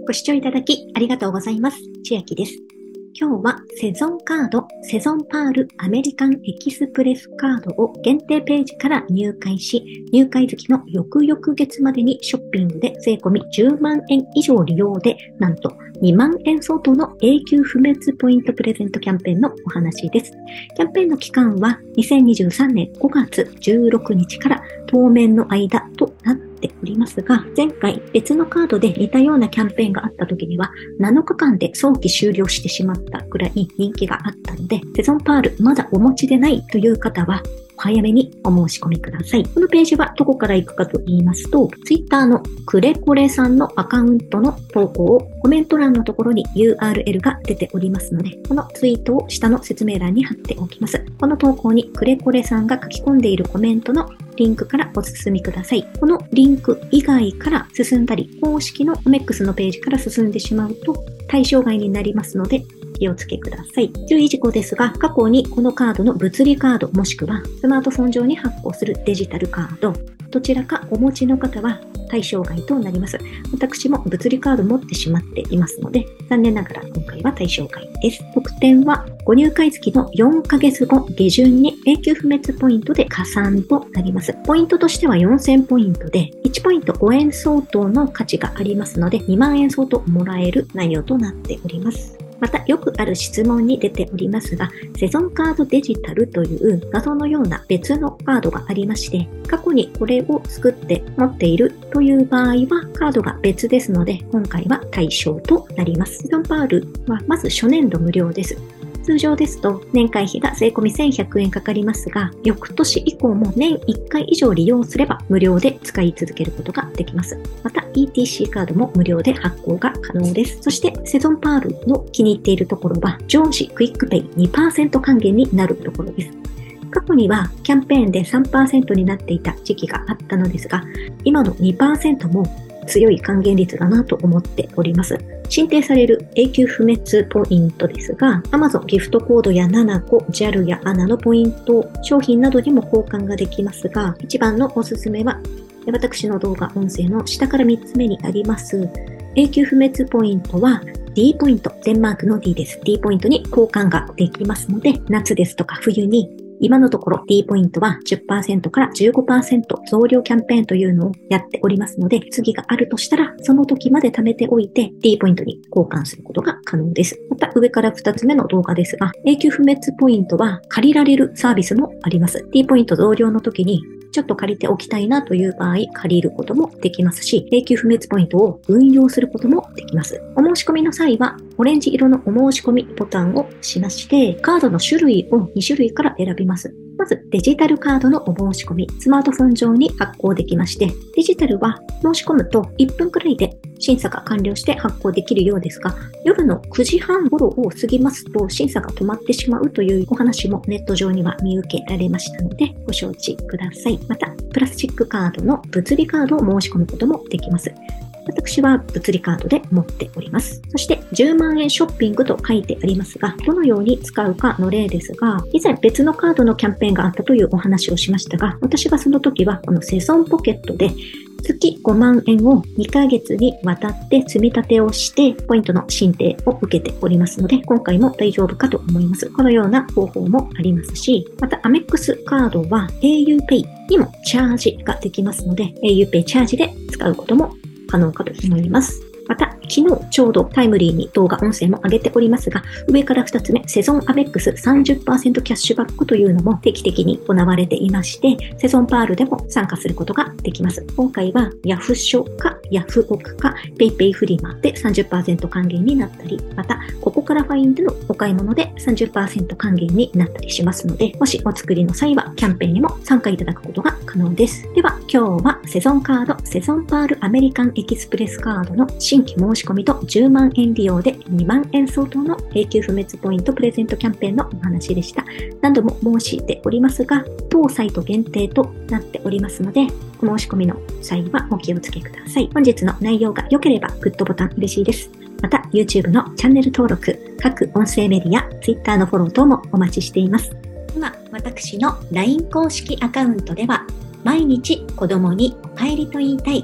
ご視聴いただきありがとうございます。千秋です。今日はセゾンカード、セゾンパールアメリカンエキスプレスカードを限定ページから入会し、入会月の翌々月までにショッピングで税込み10万円以上利用で、なんと2万円相当の永久不滅ポイントプレゼントキャンペーンのお話です。キャンペーンの期間は2023年5月16日から当面の間となっておりますが、前回別のカードで似たようなキャンペーンがあった時には7日間で早期終了してしまったくらい人気があったので、セゾンパールまだお持ちでないという方はお早めにお申し込みください。このページはどこから行くかと言いますと、Twitter のクレコレさんのアカウントの投稿をコメント欄のところに URL が出ておりますので、このツイートを下の説明欄に貼っておきます。この投稿にクレコレさんが書き込んでいるコメントのリンクからお進みください。このリンク以外から進んだり、公式の OMEX のページから進んでしまうと対象外になりますので、気をつけください。注意事項ですが、過去にこのカードの物理カードもしくはスマートフォン上に発行するデジタルカード、どちらかお持ちの方は対象外となります。私も物理カード持ってしまっていますので、残念ながら今回は対象外です。特典はご入会月の4ヶ月後下旬に永久不滅ポイントで加算となります。ポイントとしては4000ポイントで、1ポイント5円相当の価値がありますので、2万円相当もらえる内容となっております。またよくある質問に出ておりますが、セゾンカードデジタルという画像のような別のカードがありまして、過去にこれを作って持っているという場合はカードが別ですので、今回は対象となります。セゾンパールはまず初年度無料です。通常ですと年会費が税込み1100円かかりますが、翌年以降も年1回以上利用すれば無料で使い続けることができます。また ETC カードも無料で発行が可能です。そしてセゾンパールの気に入っているところは常時クイックペイ 2% 還元になるところです。過去にはキャンペーンで 3% になっていた時期があったのですが、今の 2% も強い還元率だなと思っております。申請される永久不滅ポイントですが、Amazon ギフトコードや7個、JAL や ANA のポイント、商品などにも交換ができますが、一番のおすすめは、私の動画音声の下から3つ目にあります、永久不滅ポイントは D ポイント、デンマークの D です。D ポイントに交換ができますので、夏ですとか冬に今のところ D ポイントは 10% から 15% 増量キャンペーンというのをやっておりますので、次があるとしたらその時まで貯めておいて D ポイントに交換することが可能です。また上から2つ目の動画ですが、永久不滅ポイントは借りられるサービスもあります。D ポイント増量の時にちょっと借りておきたいなという場合、借りることもできますし、永久不滅ポイントを運用することもできます。お申し込みの際は、オレンジ色のお申し込みボタンを押しまして、カードの種類を2種類から選びます。まず、デジタルカードのお申し込み、スマートフォン上に発行できまして、デジタルは申し込むと1分くらいで審査が完了して発行できるようですが、夜の9時半頃を過ぎますと審査が止まってしまうというお話もネット上には見受けられましたので、ご承知ください。また、プラスチックカードの物理カードを申し込むこともできます。私は物理カードで持っております。そして10万円ショッピングと書いてありますが、どのように使うかの例ですが、以前別のカードのキャンペーンがあったというお話をしましたが、私がその時はこのセゾンポケットで月5万円を2ヶ月にわたって積み立てをしてポイントの申請を受けておりますので、今回も大丈夫かと思います。このような方法もありますし、またアメックスカードは auPay にもチャージができますので、auPay チャージで使うことも可能かと思います。また、昨日ちょうどタイムリーに動画音声も上げておりますが、上から2つ目、セゾンアメックス 30% キャッシュバックというのも定期的に行われていまして、セゾンパールでも参加することができます。今回はヤフショかヤフオクかペイペイフリマで 30% 還元になったり、また、ここからファインでのお買い物で 30% 還元になったりしますので、もしお作りの際はキャンペーンにも参加いただくことが可能です。では、今日はセゾンカード、セゾンパールアメリカンエキスプレスカードの新規申し込みと10万円利用で2万円相当の永久不滅ポイントプレゼントキャンペーンのお話でした。何度も申しておりますが、当サイト限定となっておりますので、お申し込みの際はお気をつけください。本日の内容が良ければグッドボタン嬉しいです。また YouTube のチャンネル登録、各音声メディア、Twitter のフォロー等もお待ちしています。今、私の LINE 公式アカウントでは毎日子供にお帰りと言いたい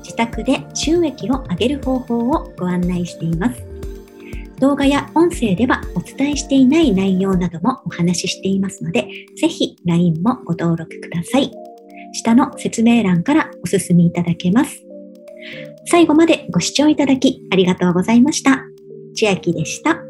自宅で収益を上げる方法をご案内しています。動画や音声ではお伝えしていない内容などもお話ししていますので、ぜひ LINE もご登録ください。下の説明欄からお進みいただけます。最後までご視聴いただきありがとうございました。千秋でした。